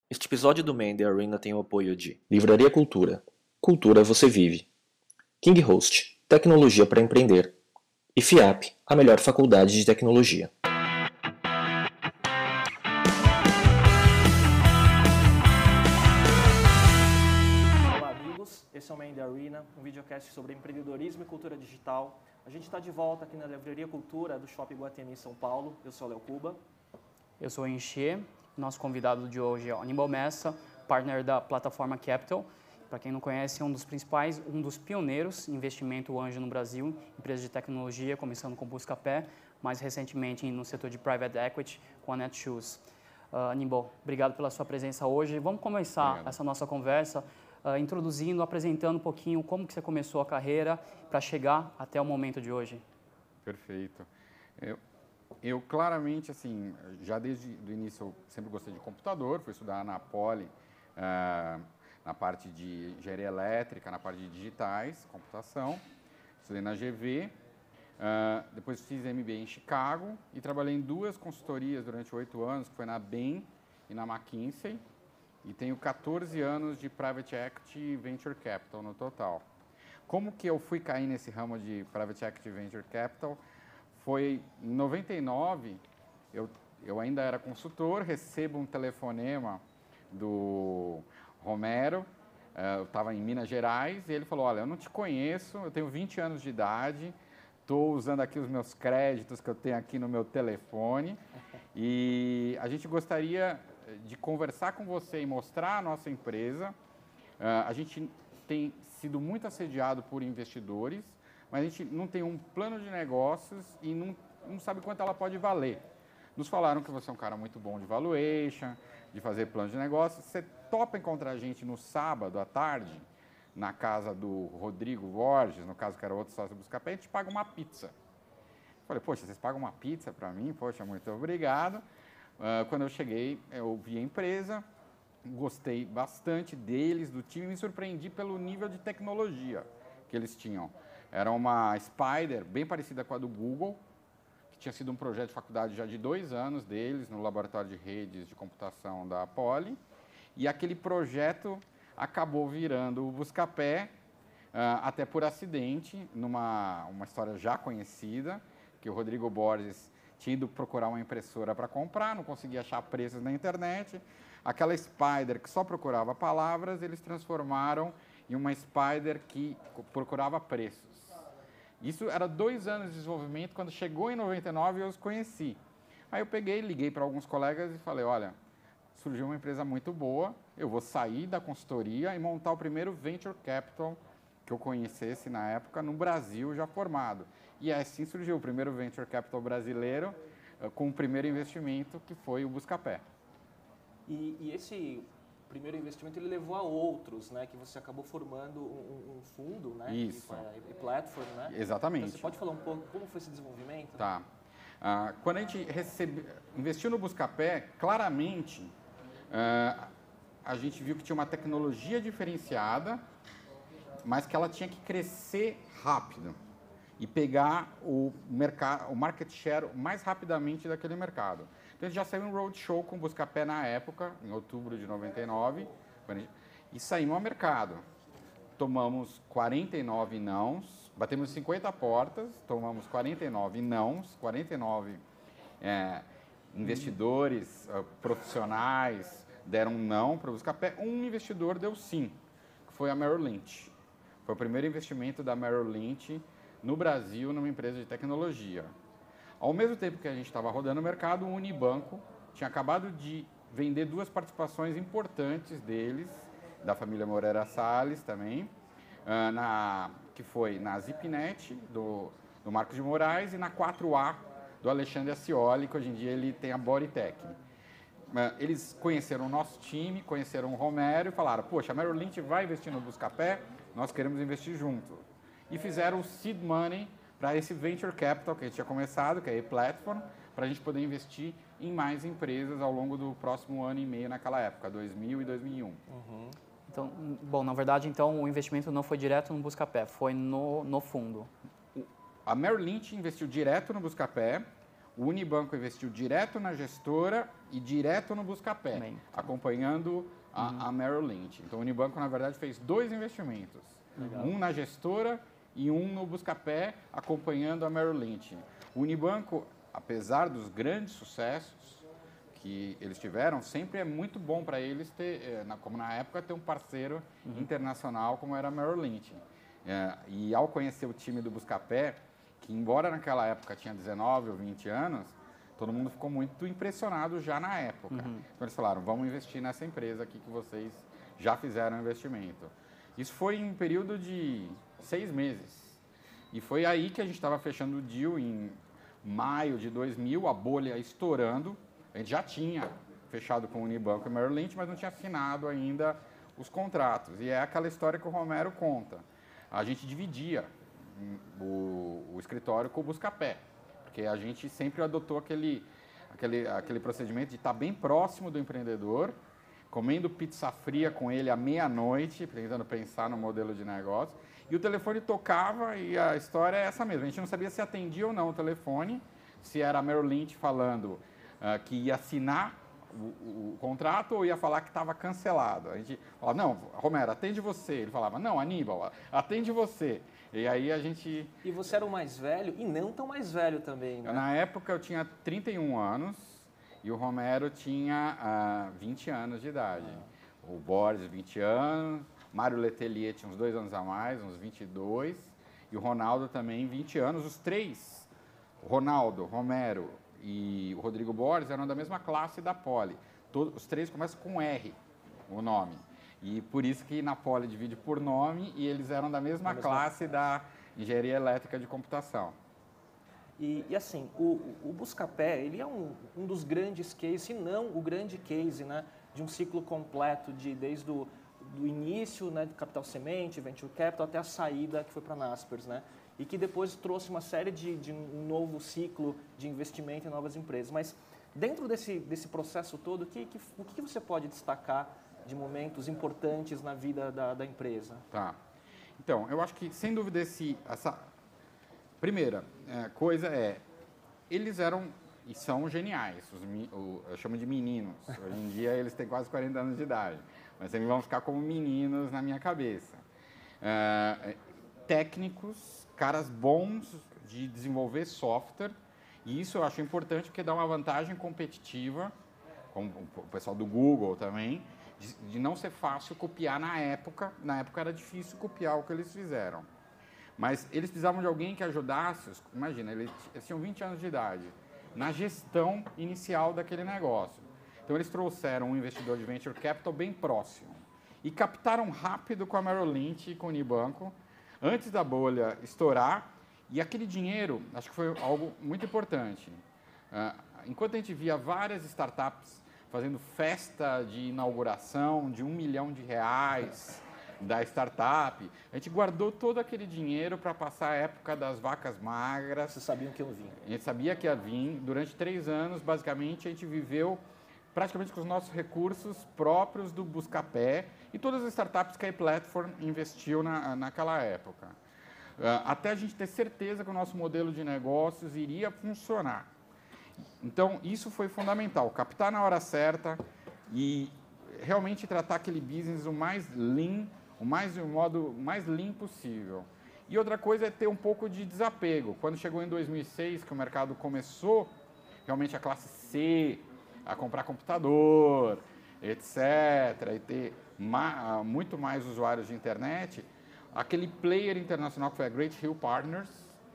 Este episódio do Man the Arena tem o apoio de Livraria Cultura. Cultura você vive. King Host. Tecnologia para empreender. E FIAP, a melhor faculdade de tecnologia. Olá amigos, esse é o Man the Arena, um videocast sobre empreendedorismo e cultura digital. A gente está de volta aqui na Livraria Cultura do Shopping Guatemi em São Paulo. Eu sou o Léo Cuba. Eu sou o Enxê, nosso convidado de hoje é o Aníbal Messa, partner da plataforma Capital. Para quem não conhece, é um dos pioneiros em investimento anjo no Brasil, empresa de tecnologia, começando com Buscapé, mais recentemente no setor de private equity com a Netshoes. Aníbal, obrigado pela sua presença hoje. Vamos começar essa nossa conversa introduzindo, apresentando um pouquinho como que você começou a carreira para chegar até o momento de hoje. Perfeito. Eu claramente, assim, já desde o início eu sempre gostei de computador, fui estudar na Poli, na parte de engenharia elétrica, na parte de digitais, computação, estudei na GV, depois fiz MBA em Chicago e trabalhei em duas consultorias durante 8 anos, que foi na Bain e na McKinsey, e tenho 14 anos de Private Equity e Venture Capital no total. Como que eu fui cair nesse ramo de Private Equity e Venture Capital? Foi em 99, eu ainda era consultor, recebo um telefonema do Romero, eu estava em Minas Gerais, e ele falou, olha, eu não te conheço, eu tenho 20 anos de idade, estou usando aqui os meus créditos que eu tenho aqui no meu telefone, e a gente gostaria de conversar com você e mostrar a nossa empresa. A gente tem sido muito assediado por investidores, mas a gente não tem um plano de negócios e não sabe quanto ela pode valer. Nos falaram que você é um cara muito bom de valuation, de fazer plano de negócios. Você topa encontrar a gente no sábado à tarde, na casa do Rodrigo Borges, no caso que era outro sócio do Buscapé, a gente paga uma pizza. Falei, poxa, vocês pagam uma pizza para mim? Poxa, muito obrigado. Quando eu cheguei, eu vi a empresa, gostei bastante deles, do time, e me surpreendi pelo nível de tecnologia que eles tinham. Era uma Spider, bem parecida com a do Google, que tinha sido um projeto de faculdade já de 2 anos deles, no laboratório de redes de computação da Poli. E aquele projeto acabou virando o Buscapé, até por acidente, numa história já conhecida, que o Rodrigo Borges tinha ido procurar uma impressora para comprar, não conseguia achar preços na internet. Aquela Spider que só procurava palavras, eles transformaram em uma Spider que procurava preços. Isso era 2 anos de desenvolvimento, quando chegou em 99 eu os conheci. Aí eu peguei, liguei para alguns colegas e falei, olha, surgiu uma empresa muito boa, eu vou sair da consultoria e montar o primeiro Venture Capital que eu conhecesse na época no Brasil já formado. E assim surgiu o primeiro Venture Capital brasileiro com o primeiro investimento que foi o Buscapé. E esse primeiro investimento ele levou a outros, né? Que você acabou formando um fundo, né? Isso. E platform, né? Exatamente. Então, você pode falar um pouco como foi esse desenvolvimento? Tá. Quando a gente investiu no Buscapé, claramente a gente viu que tinha uma tecnologia diferenciada, mas que ela tinha que crescer rápido e pegar o market share mais rapidamente daquele mercado. Então, a gente já saiu um roadshow com o Buscapé na época, em outubro de 99, e saímos ao mercado. Tomamos 49 nãos, batemos 50 portas, tomamos 49 nãos, 49 investidores profissionais deram um não para o Buscapé, um investidor deu sim, que foi a Merrill Lynch. Foi o primeiro investimento da Merrill Lynch no Brasil, numa empresa de tecnologia. Ao mesmo tempo que a gente estava rodando o mercado, o Unibanco tinha acabado de vender 2 participações importantes deles, da família Moreira Salles também, que foi na Zipnet, do Marcos de Moraes, e na 4A, do Alexandre Ascioli, que hoje em dia ele tem a Bodytech. Eles conheceram o nosso time, conheceram o Romero e falaram, poxa, a Merrill Lynch vai investir no Buscapé, nós queremos investir junto. E fizeram o seed money para esse venture capital que a gente tinha começado, que é a Platform, para a gente poder investir em mais empresas ao longo do próximo ano e meio naquela época, 2000 e 2001. Uhum. Então, bom, na verdade, então, o investimento não foi direto no Buscapé, foi no fundo. A Merrill Lynch investiu direto no Buscapé, o Unibanco investiu direto na gestora e direto no Buscapé, Também. acompanhando a Merrill Lynch. Então, o Unibanco, na verdade, fez 2 investimentos. Legal. Um na gestora e um no Buscapé, acompanhando a Merrill Lynch. O Unibanco, apesar dos grandes sucessos que eles tiveram, sempre é muito bom para eles ter, como na época, ter um parceiro internacional como era a Merrill Lynch. E ao conhecer o time do Buscapé, que embora naquela época tinha 19 ou 20 anos, todo mundo ficou muito impressionado já na época. Então eles falaram, vamos investir nessa empresa aqui que vocês já fizeram investimento. Isso foi em um período de 6 meses. E foi aí que a gente estava fechando o deal em maio de 2000, a bolha estourando. A gente já tinha fechado com o Unibanco e Merrill Lynch, mas não tinha assinado ainda os contratos. E é aquela história que o Romero conta. A gente dividia o escritório com o Buscapé, porque a gente sempre adotou aquele procedimento de estar bem próximo do empreendedor, comendo pizza fria com ele à meia-noite, tentando pensar no modelo de negócio, e o telefone tocava e a história é essa mesma. A gente não sabia se atendia ou não o telefone, se era a Merrill Lynch falando que ia assinar o contrato ou ia falar que estava cancelado. A gente falava, não, Romero, atende você. Ele falava, não, Aníbal, atende você. E aí a gente... E você era o mais velho e não tão mais velho também, né? Na época eu tinha 31 anos e o Romero tinha 20 anos de idade. O Borges, 20 anos, Mário Letelier tinha uns 2 anos a mais, uns 22, e o Ronaldo também 20 anos. Os 3, o Ronaldo, Romero e o Rodrigo Borges, eram da mesma classe da Poli. Os 3 começam com R, o nome. E por isso que na Poli divide por nome e eles eram da mesma classe da engenharia elétrica de computação. E assim, o Buscapé, ele é um dos grandes cases, se não o grande case, né, de um ciclo completo desde do início, né, de capital semente, venture capital, até a saída que foi para a Naspers, né? E que depois trouxe uma série de um novo ciclo de investimento em novas empresas. Mas dentro desse processo todo, o que você pode destacar de momentos importantes na vida da empresa? Tá. Então, eu acho que, sem dúvida, essa primeira coisa eles eram e são geniais, eu chamo de meninos. Hoje em dia eles têm quase 40 anos de idade, mas eles vão ficar como meninos na minha cabeça. Técnicos, caras bons de desenvolver software, e isso eu acho importante porque dá uma vantagem competitiva, como o pessoal do Google também, de não ser fácil copiar na época. Na época era difícil copiar o que eles fizeram. Mas eles precisavam de alguém que ajudasse, imagina, eles tinham 20 anos de idade, na gestão inicial daquele negócio. Então eles trouxeram um investidor de venture capital bem próximo e captaram rápido com a Merrill Lynch e com o Unibanco, antes da bolha estourar, e aquele dinheiro, acho que foi algo muito importante. Enquanto a gente via várias startups fazendo festa de inauguração de R$1 milhão da startup, a gente guardou todo aquele dinheiro para passar a época das vacas magras. Vocês sabiam que eu vim. A gente sabia que ia vir. Durante 3 anos, basicamente, a gente viveu praticamente com os nossos recursos próprios do Buscapé e todas as startups que a iPlatform investiu naquela época. Até a gente ter certeza que o nosso modelo de negócios iria funcionar. Então, isso foi fundamental, captar na hora certa e realmente tratar aquele business o mais lean, o modo mais lean possível. E outra coisa é ter um pouco de desapego. Quando chegou em 2006, que o mercado começou, realmente a classe C, a comprar computador, etc., e ter muito mais usuários de internet, aquele player internacional que foi a Great Hill Partners,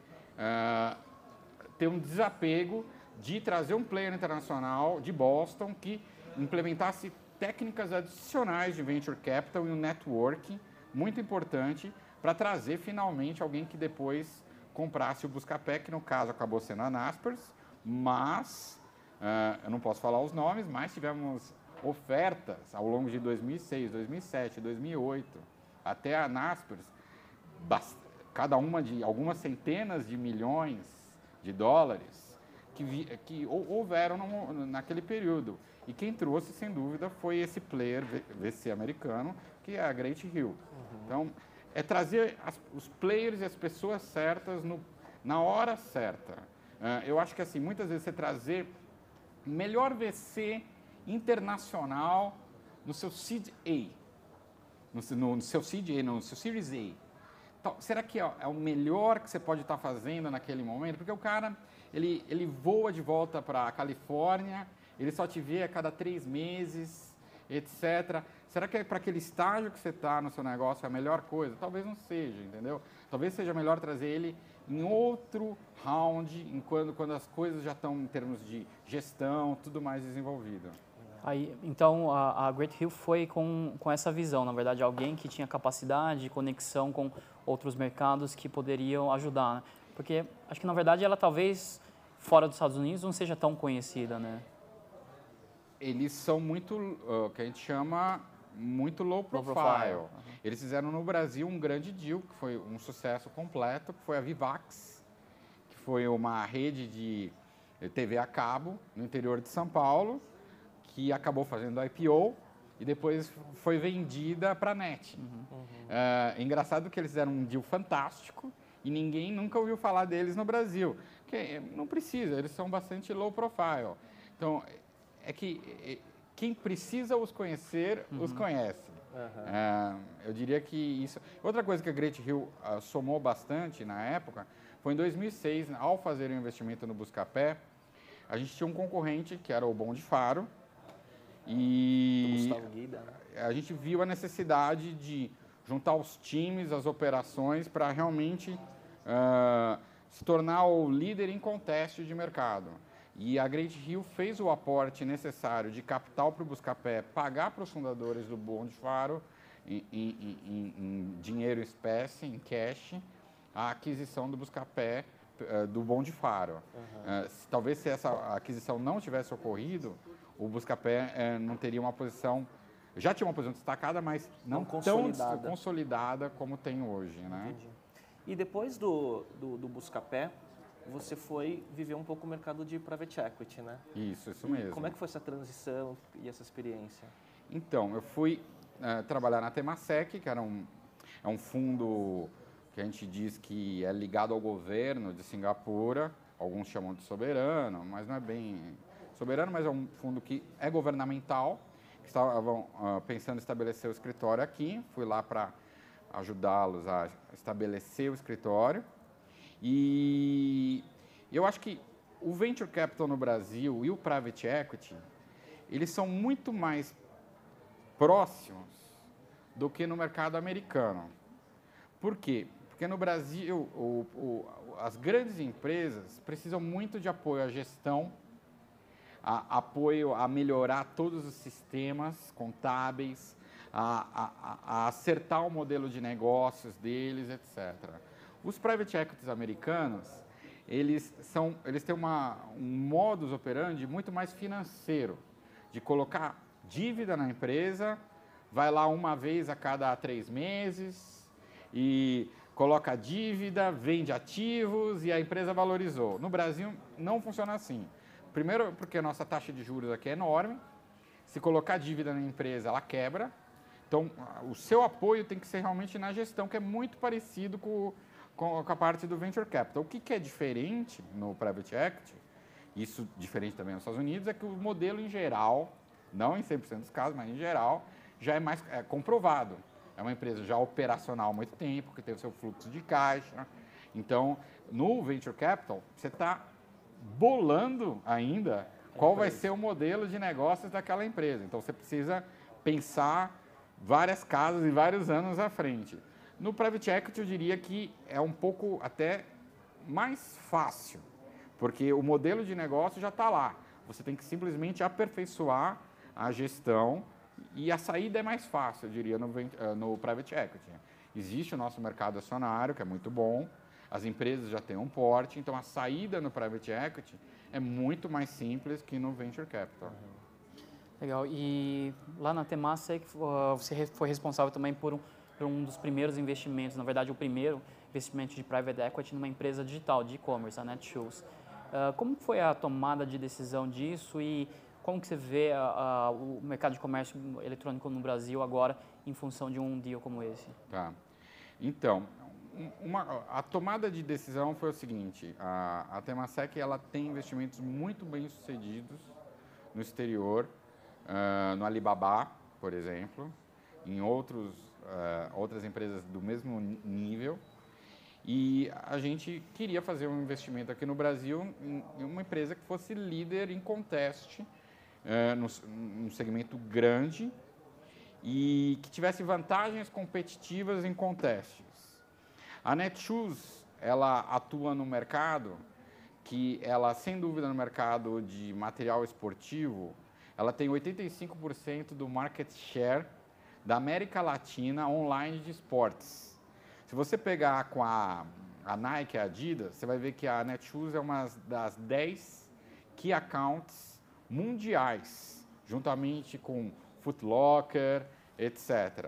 ter um desapego de trazer um player internacional de Boston que implementasse técnicas adicionais de venture capital e um networking muito importante para trazer finalmente alguém que depois comprasse o Buscapé, que no caso acabou sendo a Naspers, mas eu não posso falar os nomes, mas tivemos ofertas ao longo de 2006, 2007, 2008, até a Naspers, cada uma de algumas centenas de milhões de dólares que houveram naquele período. E quem trouxe, sem dúvida, foi esse player VC americano, que é a Great Hill. Então, é trazer os players e as pessoas certas na hora certa. Eu acho que assim, muitas vezes você trazer melhor VC internacional no seu Seed A, no seu Seed A, no seu Series A. Então, será que é o melhor que você pode estar fazendo naquele momento? Porque o cara, ele voa de volta para a Califórnia, ele só te vê a cada 3 meses, etc. Será que para aquele estágio que você está no seu negócio é a melhor coisa? Talvez não seja, entendeu? Talvez seja melhor trazer ele em outro round, quando as coisas já estão em termos de gestão, tudo mais desenvolvido. Aí, então, a Great Hill foi com essa visão, na verdade, alguém que tinha capacidade, conexão com outros mercados que poderiam ajudar, né? Porque acho que, na verdade, ela talvez, fora dos Estados Unidos, não seja tão conhecida, né? Eles são muito, o que a gente chama, muito low profile. Eles fizeram no Brasil um grande deal, que foi um sucesso completo, que foi a Vivax, que foi uma rede de TV a cabo no interior de São Paulo, que acabou fazendo IPO e depois foi vendida para a NET. É engraçado que eles fizeram um deal fantástico e ninguém nunca ouviu falar deles no Brasil. Porque não precisa, eles são bastante low profile. Então, é que quem precisa os conhecer, os conhece. Eu diria que isso... Outra coisa que a Great Hill somou bastante na época foi em 2006, ao fazer o investimento no Buscapé, a gente tinha um concorrente que era o Bom de Faro, e Gustavo Guida, né? a gente viu a necessidade de juntar os times, as operações, para realmente se tornar o líder em contest de mercado. E a Great Hill fez o aporte necessário de capital para o Buscapé, pagar para os fundadores do Bom de Faro, em dinheiro espécie, em cash, a aquisição do Buscapé do Bom de Faro. Talvez se essa aquisição não tivesse ocorrido, o Buscapé não teria uma posição, já tinha uma posição destacada, mas não tão consolidada como tem hoje, né? Entendi. E depois do Buscapé, você foi viver um pouco o mercado de private equity, né? Isso mesmo. Como é que foi essa transição e essa experiência? Então, eu fui trabalhar na Temasek, que era um fundo que a gente diz que é ligado ao governo de Singapura, alguns chamam de soberano, mas não é bem soberano, mas é um fundo que é governamental, que estavam pensando em estabelecer o escritório aqui. Fui lá para ajudá-los a estabelecer o escritório. E eu acho que o Venture Capital no Brasil e o Private Equity, eles são muito mais próximos do que no mercado americano. Por quê? Porque no Brasil, as grandes empresas precisam muito de apoio à gestão, apoio a melhorar todos os sistemas contábeis, a acertar o modelo de negócios deles, etc. Os private equities americanos, eles têm um modus operandi muito mais financeiro, de colocar dívida na empresa, vai lá uma vez a cada 3 meses e coloca dívida, vende ativos e a empresa valorizou. No Brasil, não funciona assim. Primeiro, porque a nossa taxa de juros aqui é enorme. Se colocar dívida na empresa, ela quebra. Então, o seu apoio tem que ser realmente na gestão, que é muito parecido com a parte do Venture Capital. O que é diferente no Private Equity, isso diferente também nos Estados Unidos, é que o modelo em geral, não em 100% dos casos, mas em geral, já é mais comprovado. É uma empresa já operacional há muito tempo, que tem o seu fluxo de caixa. Então, no Venture Capital, você está bolando ainda qual vai ser o modelo de negócios daquela empresa. Então, você precisa pensar várias casas e vários anos à frente. No Private Equity, eu diria que é um pouco até mais fácil, porque o modelo de negócio já está lá. Você tem que simplesmente aperfeiçoar a gestão e a saída é mais fácil, eu diria, no Private Equity. Existe o nosso mercado acionário, que é muito bom, as empresas já têm um porte, então a saída no Private Equity é muito mais simples que no Venture Capital. Legal. E lá na Temasek, você foi responsável também por um dos primeiros investimentos, na verdade o primeiro investimento de Private Equity numa empresa digital de e-commerce, a Netshoes. Como foi a tomada de decisão disso e como que você vê o mercado de comércio eletrônico no Brasil agora em função de um deal como esse? Tá. Então, a tomada de decisão foi o seguinte, a Temasek ela tem investimentos muito bem sucedidos no exterior, no Alibaba, por exemplo, em outras empresas do mesmo nível, e a gente queria fazer um investimento aqui no Brasil em uma empresa que fosse líder em contest, num segmento grande e que tivesse vantagens competitivas em contestes. A Netshoes, ela atua no mercado que ela, sem dúvida, no mercado de material esportivo, ela tem 85% do market share da América Latina online de esportes. Se você pegar com a Nike e a Adidas, você vai ver que a Netshoes é uma das 10 key accounts mundiais, juntamente com Foot Locker, etc.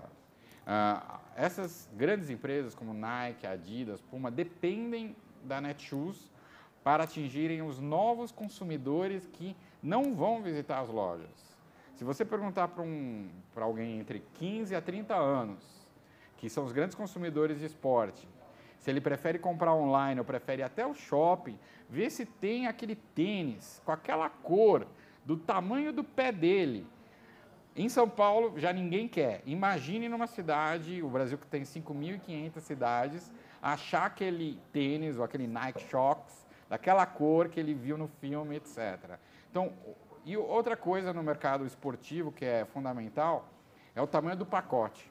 Essas grandes empresas como Nike, Adidas, Puma, dependem da Netshoes para atingirem os novos consumidores que não vão visitar as lojas. Se você perguntar para alguém entre 15 a 30 anos, que são os grandes consumidores de esporte, se ele prefere comprar online ou prefere ir até o shopping, ver se tem aquele tênis com aquela cor, do tamanho do pé dele. Em São Paulo, já ninguém quer. Imagine numa cidade, o Brasil que tem 5.500 cidades, achar aquele tênis ou aquele Nike Shox, daquela cor que ele viu no filme, etc. Então, e outra coisa no mercado esportivo que é fundamental é o tamanho do pacote.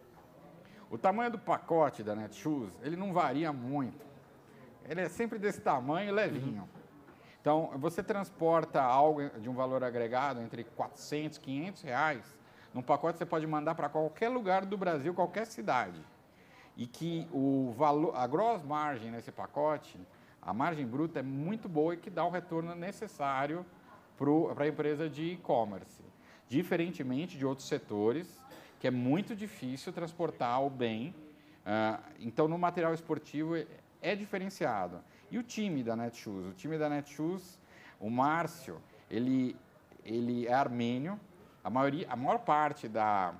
O tamanho do pacote da Netshoes, ele não varia muito. Ele é sempre desse tamanho, levinho. Então, você transporta algo de um valor agregado entre 400 e 500 reais, num pacote você pode mandar para qualquer lugar do Brasil, qualquer cidade. E que a gross margin nesse pacote, a margem bruta é muito boa e que dá o retorno necessário para a empresa de e-commerce. Diferentemente de outros setores, que é muito difícil transportar o bem. Então, no material esportivo é diferenciado. E o time da Netshoes? O time da Netshoes, o Márcio, ele é armênio. A maior parte da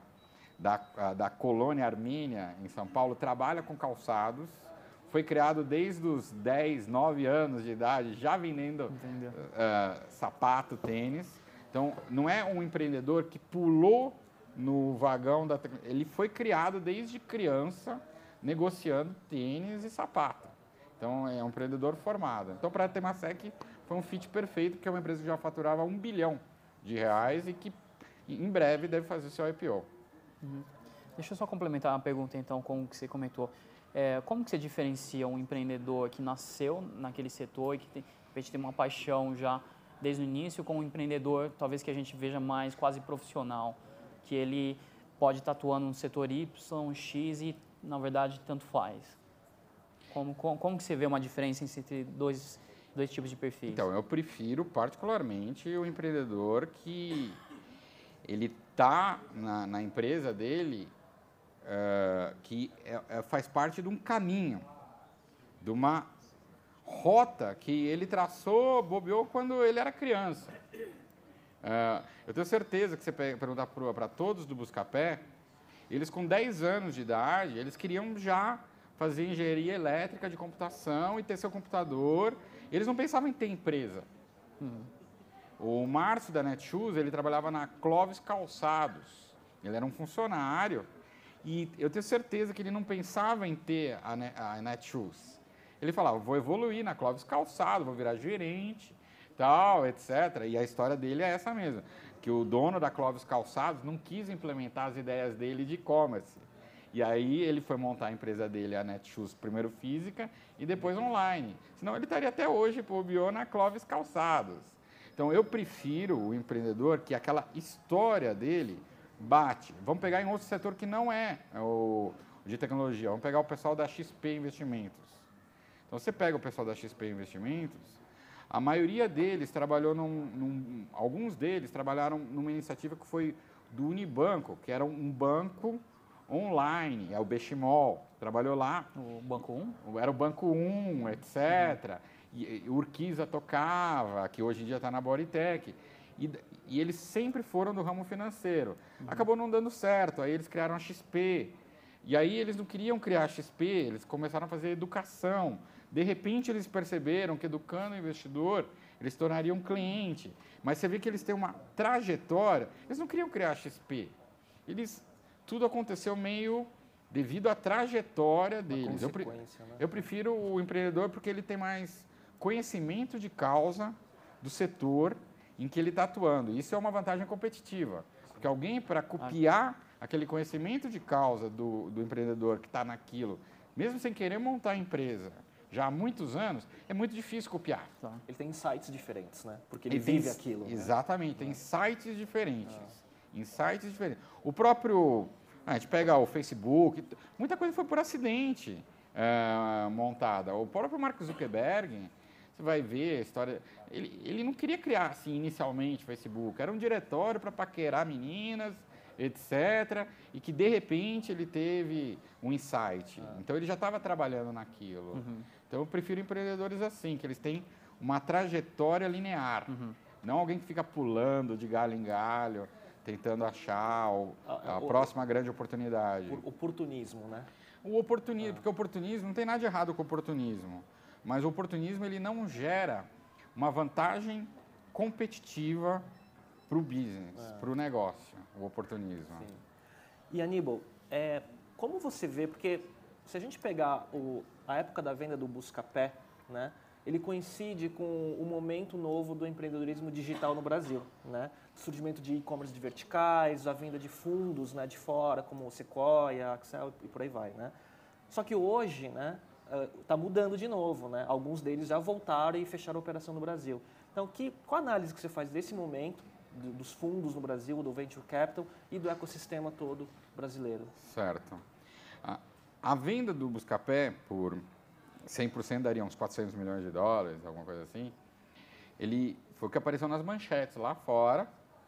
colônia armênia em São Paulo trabalha com calçados. Foi criado desde os 10, 9 anos de idade, já vendendo sapato, tênis. Então, não é um empreendedor que pulou no vagão da tecnologia. Ele foi criado desde criança, negociando tênis e sapato. Então, é um empreendedor formado. Então, para a Temasek, foi um fit perfeito, porque é uma empresa que já faturava R$1 bilhão e que, em breve, deve fazer o seu IPO. Deixa eu só complementar uma pergunta, então, com o que você comentou. Como que você diferencia um empreendedor que nasceu naquele setor e que tem uma paixão já desde o início, com um empreendedor, talvez que a gente veja mais quase profissional, que ele pode estar atuando no setor Y, X e, na verdade, tanto faz? Como que você vê uma diferença entre dois tipos de perfis? Então, eu prefiro particularmente o empreendedor que ele está na empresa dele, que faz parte de um caminho, de uma rota que ele traçou, bobeou quando ele era criança. Eu tenho certeza que você perguntar para todos do Buscapé, eles com 10 anos de idade, eles queriam já fazer engenharia elétrica de computação e ter seu computador. Eles não pensavam em ter empresa. O Márcio da Netshoes, ele trabalhava na Clóvis Calçados. Ele era um funcionário e eu tenho certeza que ele não pensava em ter a Netshoes. Ele falava, vou evoluir na Clóvis Calçados, vou virar gerente, tal, etc. E a história dele é essa mesmo, que o dono da Clóvis Calçados não quis implementar as ideias dele de e-commerce. E aí ele foi montar a empresa dele, a Netshoes, primeiro física e depois online. Senão ele estaria até hoje por bio na Clóvis Calçados. Então eu prefiro o empreendedor que aquela história dele bate. Vamos pegar em outro setor que não é o de tecnologia. Vamos pegar o pessoal da XP Investimentos. Então você pega o pessoal da XP Investimentos, a maioria deles trabalhou alguns deles trabalharam numa iniciativa que foi do Unibanco, que era um banco online, é o Beximol, trabalhou lá. O Banco 1? Era o Banco 1, etc. E o Urquiza tocava, que hoje em dia está na Bodytech. E eles sempre foram do ramo financeiro. Acabou não dando certo, aí eles criaram a XP. E aí eles não queriam criar XP, eles começaram a fazer educação. De repente eles perceberam que educando o investidor, eles se tornariam um cliente. Mas você vê que eles têm uma trajetória, eles não queriam criar XP. Tudo aconteceu meio devido à trajetória deles. Eu prefiro o empreendedor porque ele tem mais conhecimento de causa do setor em que ele está atuando. Isso é uma vantagem competitiva. Porque alguém, para copiar aquele conhecimento de causa do empreendedor que está naquilo, mesmo sem querer montar a empresa, já há muitos anos, é muito difícil copiar. Ele tem insights diferentes, né? Porque ele vive aquilo. Exatamente, tem insights diferentes. Insights diferentes. O próprio... a gente pega o Facebook, muita coisa foi por acidente montada. O próprio Mark Zuckerberg, você vai ver a história... Ele não queria criar, assim, inicialmente, Facebook. Era um diretório para paquerar meninas, etc. E que, de repente, ele teve um insight. Então, ele já estava trabalhando naquilo. Então, eu prefiro empreendedores assim, que eles têm uma trajetória linear. Não alguém que fica pulando de galho em galho, tentando achar a próxima grande oportunidade. Oportunismo, né? O oportunismo, porque o oportunismo, não tem nada de errado com o oportunismo, mas o oportunismo ele não gera uma vantagem competitiva para o business, para o negócio, o oportunismo. Sim. E Aníbal, como você vê, porque se a gente pegar a época da venda do Buscapé, né, ele coincide com o momento novo do empreendedorismo digital no Brasil, né? O surgimento de e-commerce de verticais, a venda de fundos, né, de fora, como o Sequoia, Axel e por aí vai, né? Só que hoje, né, está mudando de novo, né? Alguns deles já voltaram e fecharam a operação no Brasil. Então, qual a análise que você faz desse momento, dos fundos no Brasil, do Venture Capital e do ecossistema todo brasileiro? Certo. A venda do Buscapé por 100% daria uns 400 milhões de dólares, alguma coisa assim. Ele foi o que apareceu nas manchetes lá fora,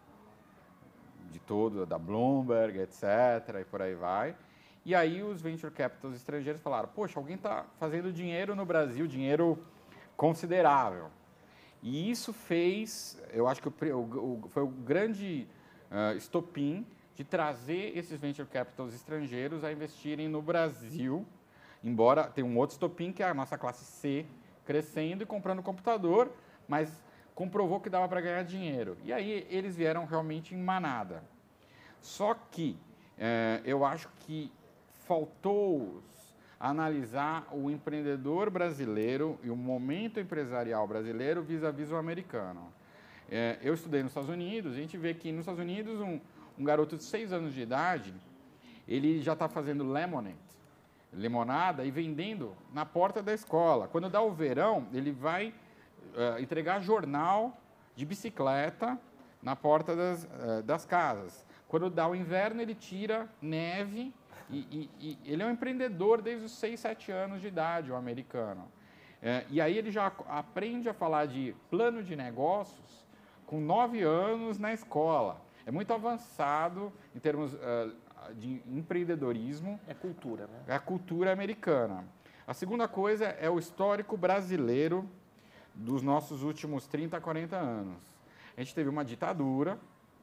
da Bloomberg, etc., e por aí vai. E aí os venture capitals estrangeiros falaram, poxa, alguém está fazendo dinheiro no Brasil, dinheiro considerável. E isso fez, eu acho que foi o grande estopim de trazer esses venture capitals estrangeiros a investirem no Brasil, embora tenha um outro estopim, que é a nossa classe C crescendo e comprando computador, mas comprovou que dava para ganhar dinheiro. E aí eles vieram realmente em manada. Só que eu acho que faltou analisar o empreendedor brasileiro e o momento empresarial brasileiro vis-à-vis o americano. Eu estudei nos Estados Unidos, a gente vê que nos Estados Unidos um garoto de 6 anos de idade, ele já está fazendo limonada e vendendo na porta da escola. Quando dá o verão, ele vai entregar jornal de bicicleta na porta das casas. Quando dá o inverno, ele tira neve e ele é um empreendedor desde os 6, 7 anos de idade, o americano. E aí ele já aprende a falar de plano de negócios com 9 anos na escola. É muito avançado em termos de empreendedorismo. É cultura, né? É a cultura americana. A segunda coisa é o histórico brasileiro dos nossos últimos 30, 40 anos. A gente teve uma ditadura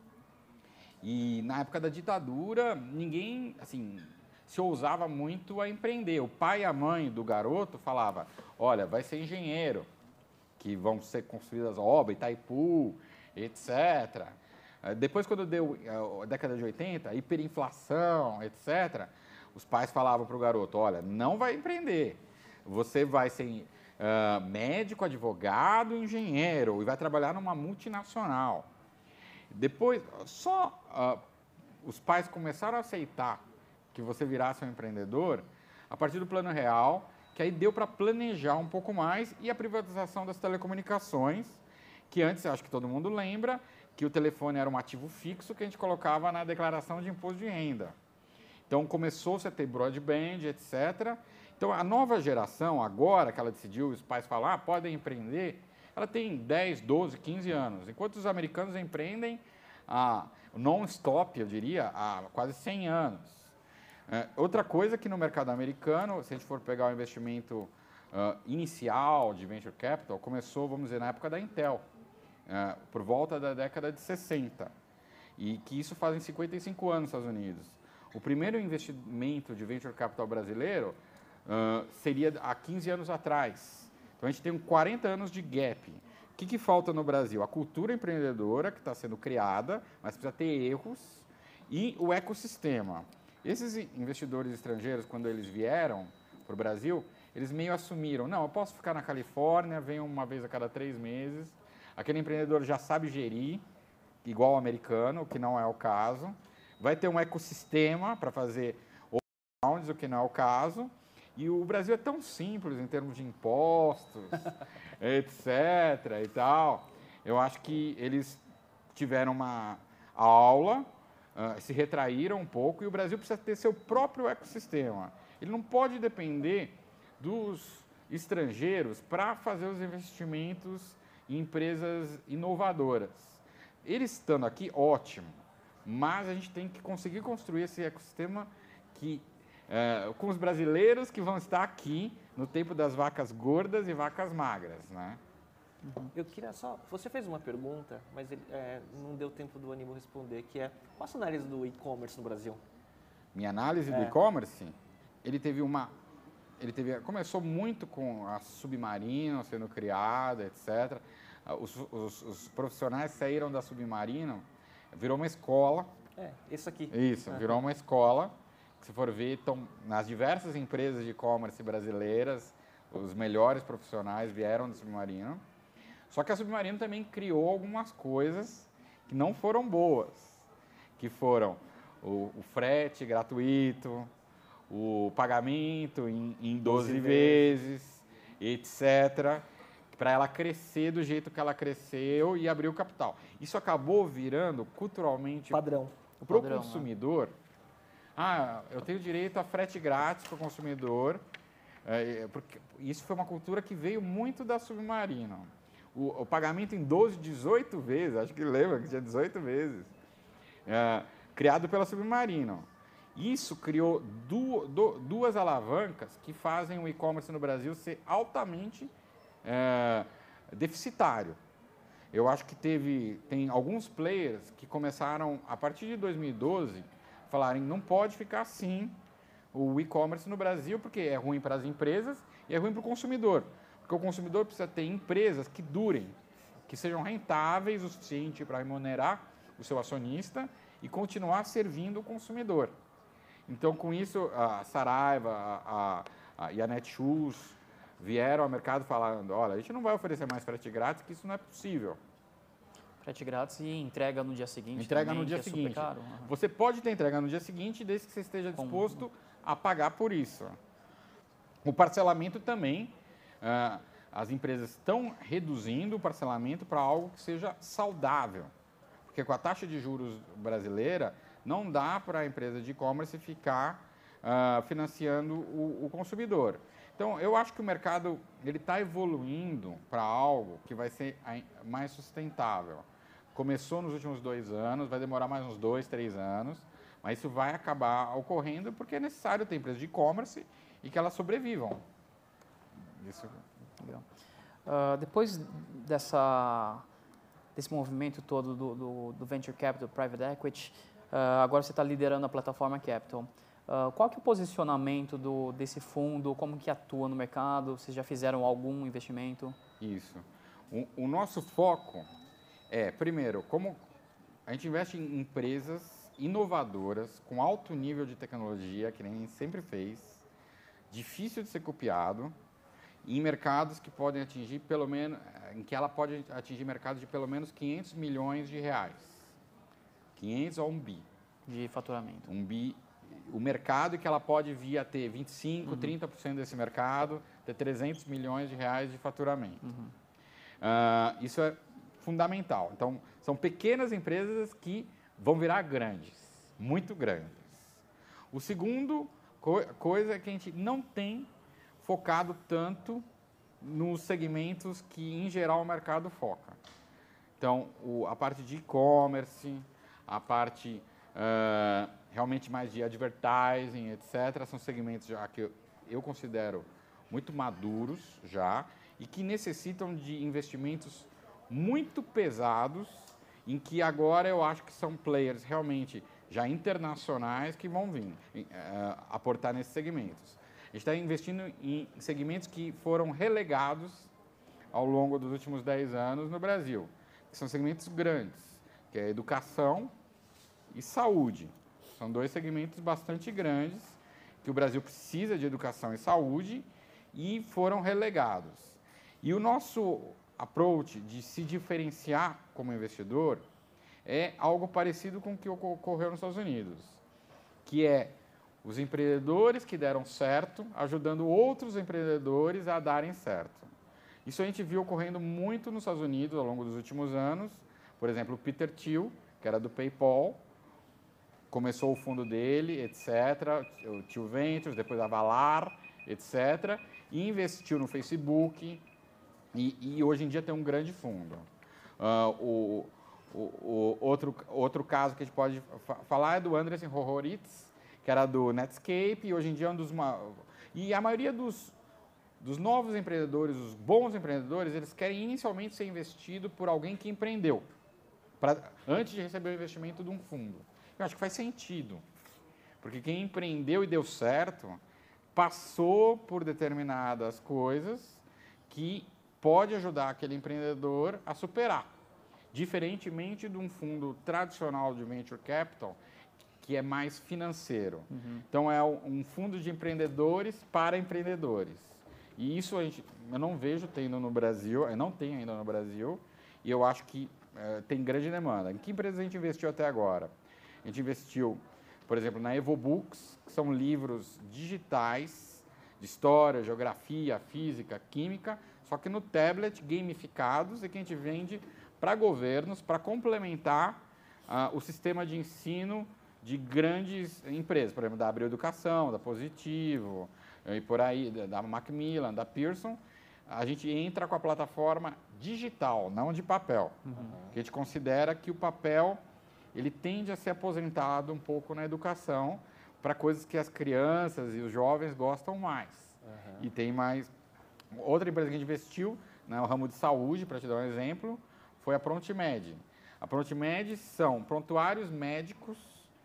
e na época da ditadura ninguém, assim, se ousava muito a empreender. O pai e a mãe do garoto falavam, olha, vai ser engenheiro, que vão ser construídas obras, Itaipu, etc. Depois, quando deu a década de 80, hiperinflação, etc., os pais falavam para o garoto, olha, não vai empreender, você vai ser médico, advogado, engenheiro, e vai trabalhar numa multinacional. Depois, os pais começaram a aceitar que você virasse um empreendedor a partir do Plano Real, que aí deu para planejar um pouco mais, e a privatização das telecomunicações, que antes, acho que todo mundo lembra, que o telefone era um ativo fixo que a gente colocava na declaração de imposto de renda. Então, começou-se a ter broadband, etc. Então, a nova geração, agora que ela decidiu, os pais falam, podem empreender, ela tem 10, 12, 15 anos, enquanto os americanos empreendem non-stop, eu diria, há quase 100 anos. Outra coisa que no mercado americano, se a gente for pegar o investimento inicial de venture capital, começou, vamos dizer, na época da Intel, por volta da década de 60, e que isso fazem 55 anos nos Estados Unidos. O primeiro investimento de venture capital brasileiro seria há 15 anos atrás. Então, a gente tem 40 anos de gap. O que falta no Brasil? A cultura empreendedora que está sendo criada, mas precisa ter erros, e o ecossistema. Esses investidores estrangeiros, quando eles vieram para o Brasil, eles meio assumiram, não, eu posso ficar na Califórnia, venho uma vez a cada 3 meses, aquele empreendedor já sabe gerir, igual o americano, o que não é o caso, vai ter um ecossistema para fazer rounds, o que não é o caso, e o Brasil é tão simples em termos de impostos, etc. e tal. Eu acho que eles tiveram uma aula, se retraíram um pouco, e o Brasil precisa ter seu próprio ecossistema. Ele não pode depender dos estrangeiros para fazer os investimentos em empresas inovadoras. Eles estando aqui, ótimo, mas a gente tem que conseguir construir esse ecossistema com os brasileiros que vão estar aqui no tempo das vacas gordas e vacas magras, né? Eu queria só... Você fez uma pergunta, mas não deu tempo do Aníbal responder, que é, qual a sua análise do e-commerce no Brasil? Minha análise do e-commerce, começou muito com a Submarino sendo criada, etc. Os profissionais saíram da Submarino, virou uma escola. Isso aqui. Isso, virou uma escola. Se for ver, estão nas diversas empresas de e-commerce brasileiras, os melhores profissionais vieram da Submarino. Só que a Submarino também criou algumas coisas que não foram boas, que foram o frete gratuito, o pagamento em 12 vezes, etc., para ela crescer do jeito que ela cresceu e abrir o capital. Isso acabou virando culturalmente padrão para o consumidor. Né? Eu tenho direito a frete grátis para o consumidor. Porque isso foi uma cultura que veio muito da Submarino. O pagamento em 12, 18 vezes, acho que lembra que tinha 18 vezes, criado pela Submarino. Isso criou duas alavancas que fazem o e-commerce no Brasil ser altamente deficitário. Eu acho que tem alguns players que começaram, a partir de 2012, falarem não pode ficar assim o e-commerce no Brasil, porque é ruim para as empresas e é ruim para o consumidor. Porque o consumidor precisa ter empresas que durem, que sejam rentáveis o suficiente para remunerar o seu acionista e continuar servindo o consumidor. Então, com isso, a Saraiva e a Netshoes vieram ao mercado falando, olha, a gente não vai oferecer mais frete grátis, que isso não é possível. Frete grátis e entrega no dia seguinte. Entrega no dia seguinte. Caro. Você pode ter entrega no dia seguinte, desde que você esteja disposto a pagar por isso. O parcelamento também, as empresas estão reduzindo o parcelamento para algo que seja saudável. Porque com a taxa de juros brasileira, não dá para a empresa de e-commerce ficar financiando o consumidor. Então, eu acho que o mercado está evoluindo para algo que vai ser mais sustentável. Começou nos últimos 2 anos, vai demorar mais uns 2, 3 anos, mas isso vai acabar ocorrendo porque é necessário ter empresas de e-commerce e que elas sobrevivam. Isso. Legal. Depois desse movimento todo do Venture Capital, Private Equity, agora você está liderando a plataforma Capital. Qual que é o posicionamento desse fundo? Como que atua no mercado? Vocês já fizeram algum investimento? Isso. O nosso foco primeiro, como a gente investe em empresas inovadoras, com alto nível de tecnologia, que nem a gente sempre fez, difícil de ser copiado, em mercados que podem atingir em que ela pode atingir mercados de pelo menos 500 milhões de reais. 500 a 1 bi. De faturamento. 1 bi. O mercado que ela pode vir a ter 25%, 30% desse mercado, ter 300 milhões de reais de faturamento. Isso é fundamental. Então, são pequenas empresas que vão virar grandes, muito grandes. O segundo coisa é que a gente não tem focado tanto nos segmentos que, em geral, o mercado foca. Então, a parte de e-commerce, a parte realmente mais de advertising, etc., são segmentos já que eu considero muito maduros já e que necessitam de investimentos muito pesados, em que agora eu acho que são players realmente já internacionais que vão vir aportar nesses segmentos. A gente está investindo em segmentos que foram relegados ao longo dos últimos 10 anos no Brasil, que são segmentos grandes, que é educação e saúde. São 2 segmentos bastante grandes, que o Brasil precisa de educação e saúde e foram relegados. E o nosso approach de se diferenciar como investidor é algo parecido com o que ocorreu nos Estados Unidos, que é os empreendedores que deram certo, ajudando outros empreendedores a darem certo. Isso a gente viu ocorrendo muito nos Estados Unidos ao longo dos últimos anos. Por exemplo, o Peter Thiel, que era do PayPal, começou o fundo dele, etc., o Thiel Ventures, depois a Valar, etc., e investiu no Facebook, e hoje em dia tem um grande fundo. Outro caso que a gente pode falar é do Andreessen Horowitz, que era do Netscape, e hoje em dia é um dos... E a maioria dos novos empreendedores, os bons empreendedores, eles querem inicialmente ser investido por alguém que empreendeu, antes de receber o investimento de um fundo. Eu acho que faz sentido, porque quem empreendeu e deu certo, passou por determinadas coisas que pode ajudar aquele empreendedor a superar. Diferentemente de um fundo tradicional de venture capital, que é mais financeiro. Então, é um fundo de empreendedores para empreendedores. E isso eu não vejo tendo no Brasil, não tem ainda no Brasil, e eu acho que tem grande demanda. Em que empresas a gente investiu até agora? A gente investiu, por exemplo, na EvoBooks, que são livros digitais de história, geografia, física, química, só que no tablet, gamificados, e que a gente vende para governos, para complementar o sistema de ensino de grandes empresas, por exemplo, da Abril Educação, da Positivo, e por aí, da Macmillan, da Pearson. A gente entra com a plataforma digital, não de papel. Porque a gente considera que o papel ele tende a ser aposentado um pouco na educação para coisas que as crianças e os jovens gostam mais. E tem mais... Outra empresa que a gente investiu, no ramo de saúde, para te dar um exemplo, foi a ProntMed. A ProntMed são prontuários médicos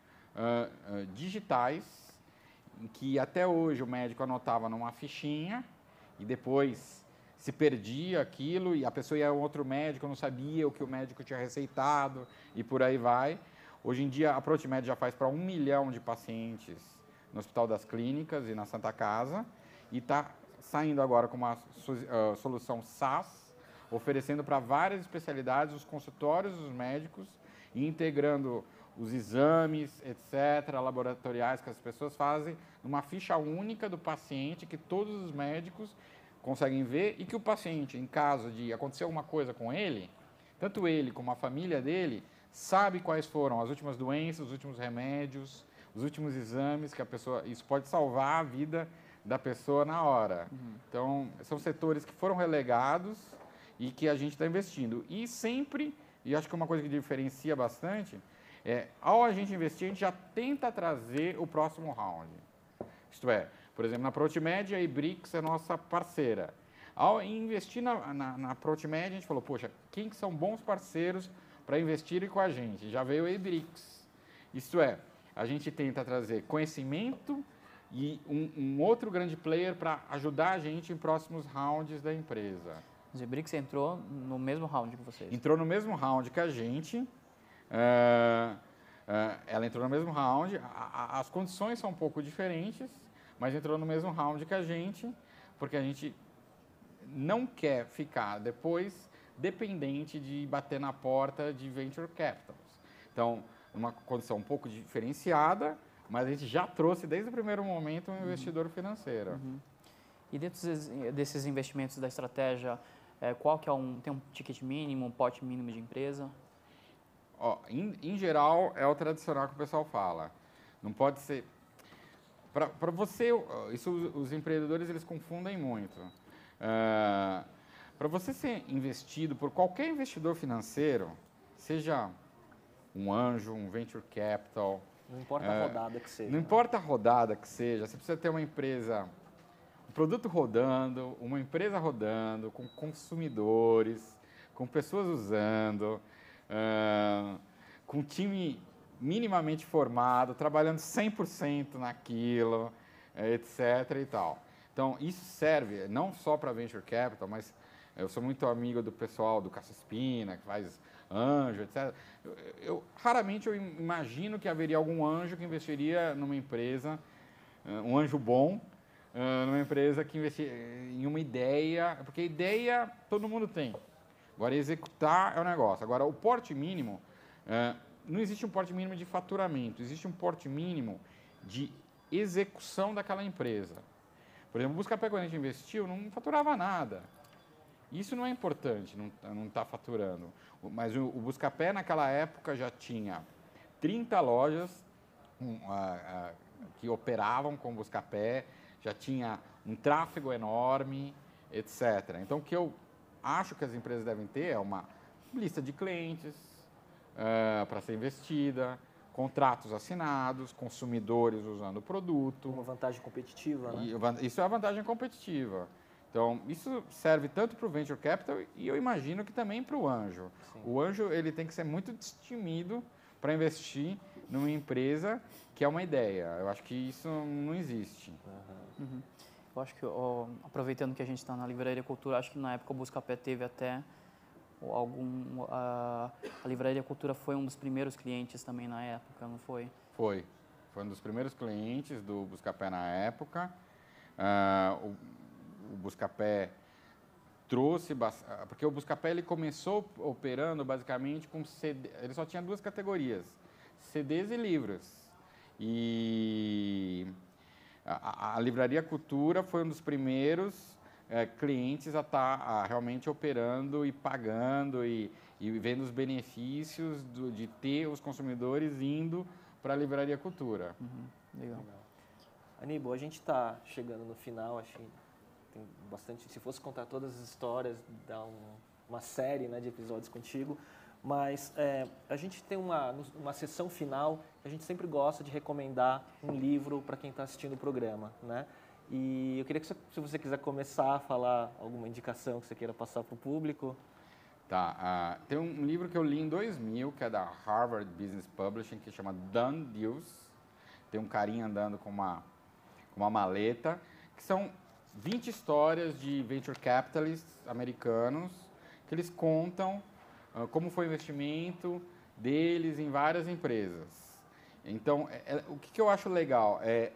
digitais, em que até hoje o médico anotava numa fichinha e depois se perdia aquilo e a pessoa ia a um outro médico, não sabia o que o médico tinha receitado e por aí vai. Hoje em dia, a ProntMed já faz para 1 milhão de pacientes no Hospital das Clínicas e na Santa Casa e está saindo agora com uma solução SaaS, oferecendo para várias especialidades os consultórios dos médicos e integrando os exames, etc., laboratoriais que as pessoas fazem, numa ficha única do paciente que todos os médicos conseguem ver e que o paciente, em caso de acontecer alguma coisa com ele, tanto ele como a família dele, sabe quais foram as últimas doenças, os últimos remédios, os últimos exames que a pessoa... Isso pode salvar a vida da pessoa na hora. Então, são setores que foram relegados e que a gente está investindo. E sempre, e acho que é uma coisa que diferencia bastante, ao a gente investir, a gente já tenta trazer o próximo round. Isto é, por exemplo, na ProntMed, a Ibrix é nossa parceira. Ao investir na ProntMed, a gente falou, poxa, quem que são bons parceiros para investirem com a gente? Já veio a Ibrix. Isto é, a gente tenta trazer conhecimento e um outro grande player para ajudar a gente em próximos rounds da empresa. A Ibrix entrou no mesmo round que vocês? Entrou no mesmo round que a gente. Ela entrou no mesmo round. As condições são um pouco diferentes, mas entrou no mesmo round que a gente, porque a gente não quer ficar depois dependente de bater na porta de venture capitals. Então, uma condição um pouco diferenciada, mas a gente já trouxe desde o primeiro momento um investidor financeiro. E dentro desses investimentos da estratégia, qual que tem um ticket mínimo, um pote mínimo de empresa? Em geral, é o tradicional que o pessoal fala. Não pode ser... Para você, isso os empreendedores eles confundem muito. Para você ser investido por qualquer investidor financeiro, seja um anjo, um venture capital... Não importa a rodada que seja. Não importa a rodada que seja, você precisa ter uma empresa, um produto rodando, uma empresa rodando, com consumidores, com pessoas usando, com um time minimamente formado, trabalhando 100% naquilo, etc. e tal. Então, isso serve não só para Venture Capital, mas eu sou muito amigo do pessoal do Caça Espina, que faz anjo, etc. Raramente eu imagino que haveria algum anjo que investiria numa empresa, um anjo bom, numa empresa que investir em uma ideia, porque ideia todo mundo tem. Agora, executar é o negócio. Agora, o porte mínimo, não existe um porte mínimo de faturamento, existe um porte mínimo de execução daquela empresa. Por exemplo, o Buscapé, quando a gente investiu, não faturava nada. Isso não é importante, não está faturando. Mas o Buscapé, naquela época, já tinha 30 lojas que operavam com o Buscapé, já tinha um tráfego enorme, etc. Então, o que eu acho que as empresas devem ter é uma lista de clientes para ser investida, contratos assinados, consumidores usando o produto. Uma vantagem competitiva, né? Isso é a vantagem competitiva. Então, isso serve tanto para o Venture Capital e eu imagino que também para o anjo. Sim. O anjo ele tem que ser muito destemido para investir numa empresa que é uma ideia. Eu acho que isso não existe. Uhum. Eu acho que, aproveitando que a gente está na Livraria Cultura, acho que na época o Buscapé teve até a Livraria Cultura foi um dos primeiros clientes também na época, não foi? Foi um dos primeiros clientes do Buscapé na época. O Buscapé trouxe, porque o Buscapé ele começou operando basicamente com CD, ele só tinha duas categorias, CDs e livros. E a Livraria Cultura foi um dos primeiros clientes a estar realmente operando e pagando e vendo os benefícios de ter os consumidores indo para a Livraria Cultura. Legal. Aníbal, a gente está chegando no final, acho que tem bastante. Se fosse contar todas as histórias, dá uma série, né, de episódios contigo. Mas a gente tem uma sessão final, a gente sempre gosta de recomendar um livro para quem está assistindo o programa, né? E eu queria que, se você quiser começar a falar alguma indicação que você queira passar para o público. Tá, tem um livro que eu li em 2000, que é da Harvard Business Publishing, que chama Done Deals. Tem um carinha andando com uma maleta, que são 20 histórias de venture capitalists americanos, que eles contam como foi o investimento deles em várias empresas. Então, o que eu acho legal é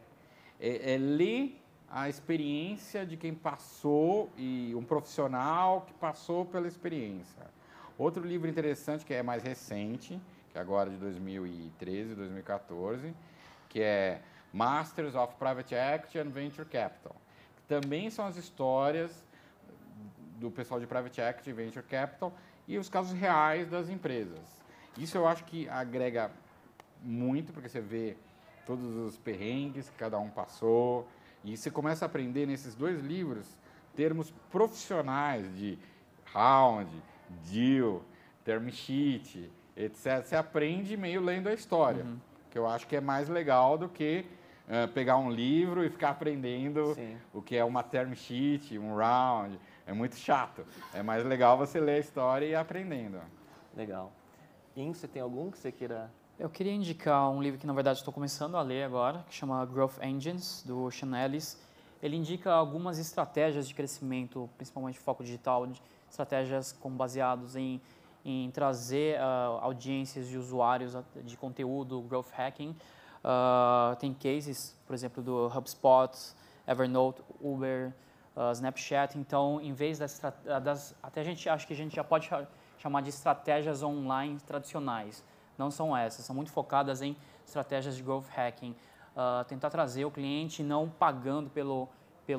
ler a experiência de quem passou e um profissional que passou pela experiência. Outro livro interessante que é mais recente, que é agora de 2013, 2014, que é Masters of Private Equity and Venture Capital, que também são as histórias do pessoal de Private Equity e Venture Capital e os casos reais das empresas. Isso eu acho que agrega muito, porque você vê todos os perrengues que cada um passou, e você começa a aprender nesses dois livros termos profissionais de round, deal, term sheet, etc. Você aprende meio lendo a história, que eu acho que é mais legal do que pegar um livro e ficar aprendendo Sim. o que é uma term sheet, um round. É muito chato. É mais legal você ler a história e ir aprendendo. Legal. Você tem algum que você queira... Eu queria indicar um livro que, na verdade, estou começando a ler agora, que chama Growth Engines, do Sean Ellis. Ele indica algumas estratégias de crescimento, principalmente foco digital, estratégias baseadas em trazer audiências de usuários de conteúdo, growth hacking. Tem cases, por exemplo, do HubSpot, Evernote, Uber, Snapchat. Então, em vez até acho que a gente já pode chamar de estratégias online tradicionais. Não são essas, são muito focadas em estratégias de growth hacking. Tentar trazer o cliente não pagando pelo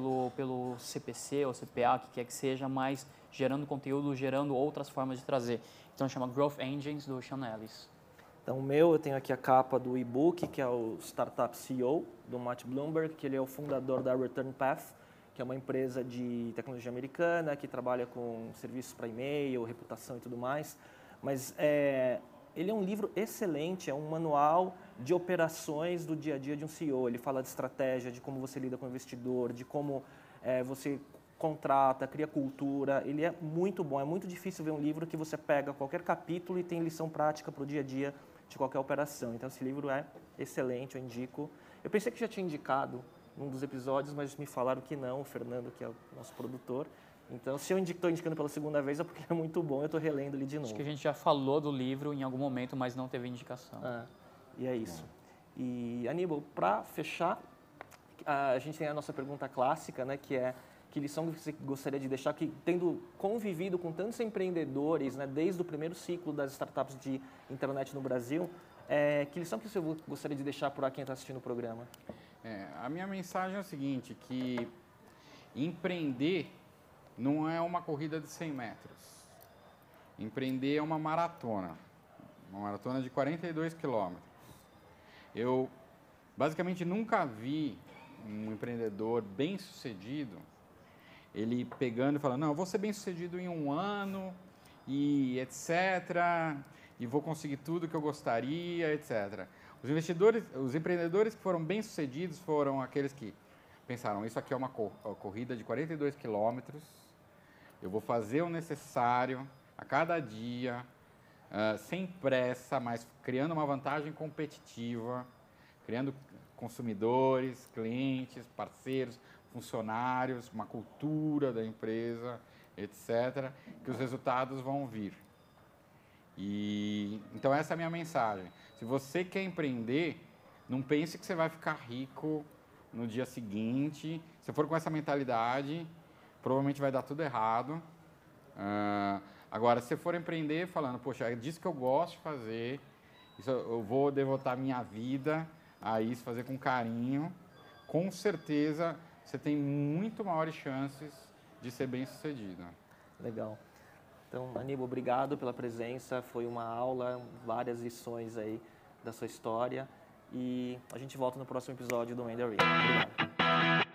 CPC ou CPA, o que quer que seja, mas gerando conteúdo, gerando outras formas de trazer. Então, chama Growth Engines, do Sean Ellis. Então, eu tenho aqui a capa do e-book, que é o Startup CEO, do Matt Bloomberg, que ele é o fundador da Return Path, que é uma empresa de tecnologia americana, que trabalha com serviços para e-mail, reputação e tudo mais. Mas ele é um livro excelente, é um manual de operações do dia a dia de um CEO. Ele fala de estratégia, de como você lida com o investidor, de como você contrata, cria cultura. Ele é muito bom, é muito difícil ver um livro que você pega qualquer capítulo e tem lição prática para o dia a dia de qualquer operação. Então, esse livro é excelente, eu indico. Eu pensei que já tinha indicado num dos episódios, mas me falaram que não, o Fernando, que é o nosso produtor. Então, se eu estou indicando pela segunda vez, é porque é muito bom, eu estou relendo ele de novo. Acho que a gente já falou do livro em algum momento, mas não teve indicação. E é isso. E, Aníbal, para fechar, a gente tem a nossa pergunta clássica, né, que é: que lição você gostaria de deixar, que tendo convivido com tantos empreendedores, né, desde o primeiro ciclo das startups de internet no Brasil, que lição que você gostaria de deixar para quem está assistindo o programa? A minha mensagem é o seguinte, que empreender não é uma corrida de 100 metros. Empreender é uma maratona de 42 quilômetros. Eu, basicamente, nunca vi um empreendedor bem-sucedido, ele pegando e falando, não, eu vou ser bem-sucedido em 1 ano, e etc., e vou conseguir tudo que eu gostaria, etc. Os empreendedores que foram bem-sucedidos foram aqueles que pensaram, isso aqui é uma corrida de 42 quilômetros, eu vou fazer o necessário a cada dia, sem pressa, mas criando uma vantagem competitiva, criando consumidores, clientes, parceiros, funcionários, uma cultura da empresa, etc., que os resultados vão vir. Então, essa é a minha mensagem. Se você quer empreender, não pense que você vai ficar rico no dia seguinte. Se for com essa mentalidade, provavelmente vai dar tudo errado. Agora, se você for empreender falando, poxa, é disso que eu gosto de fazer, isso eu vou devotar minha vida a isso, fazer com carinho, com certeza você tem muito maiores chances de ser bem-sucedido. Legal. Então, Aníbal, obrigado pela presença, foi uma aula, várias lições aí da sua história, e a gente volta no próximo episódio do Mentoring. Obrigado.